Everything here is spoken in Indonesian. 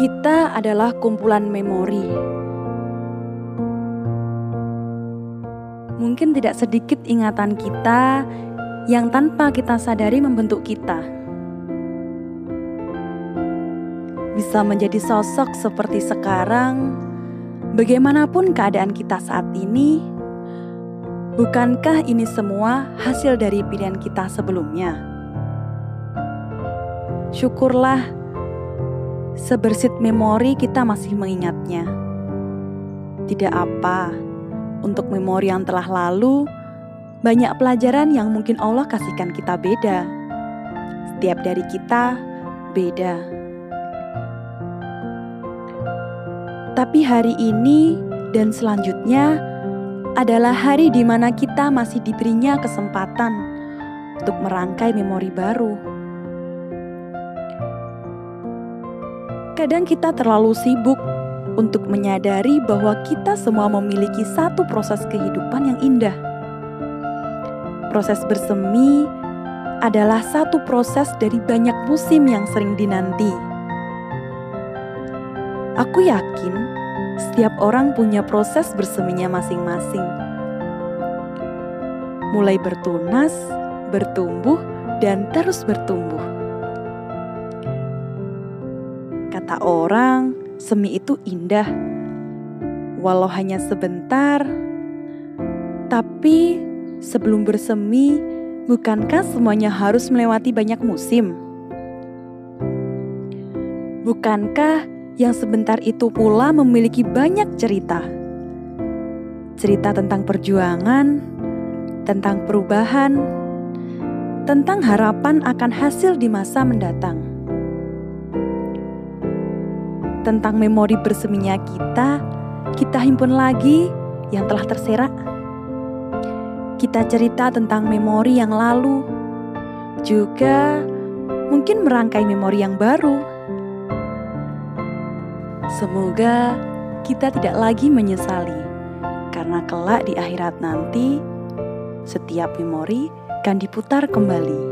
Kita adalah kumpulan memori. Mungkin tidak sedikit ingatan kita yang tanpa kita sadari membentuk kita. Bisa menjadi sosok seperti sekarang, bagaimanapun keadaan kita saat ini, bukankah ini semua hasil dari pilihan kita sebelumnya? Syukurlah, sebersit memori kita masih mengingatnya. Tidak apa, untuk memori yang telah lalu, banyak pelajaran yang mungkin Allah kasihkan kita beda. Setiap dari kita beda. Tapi hari ini dan selanjutnya adalah hari di mana kita masih diberinya kesempatan untuk merangkai memori baru. Kadang kita terlalu sibuk untuk menyadari bahwa kita semua memiliki satu proses kehidupan yang indah. Proses bersemi adalah satu proses dari banyak musim yang sering dinanti. Aku yakin setiap orang punya proses berseminya masing-masing. Mulai bertunas, bertumbuh, dan terus bertumbuh. Kata orang, semi itu indah, walau hanya sebentar. Tapi sebelum bersemi, bukankah semuanya harus melewati banyak musim? Bukankah yang sebentar itu pula memiliki banyak cerita? Cerita tentang perjuangan, tentang perubahan, tentang harapan akan hasil di masa mendatang. Tentang memori berseminya kita himpun lagi yang telah terserak. Kita cerita tentang memori yang lalu, juga mungkin merangkai memori yang baru. Semoga kita tidak lagi menyesali, karena kelak di akhirat nanti, setiap memori akan diputar kembali.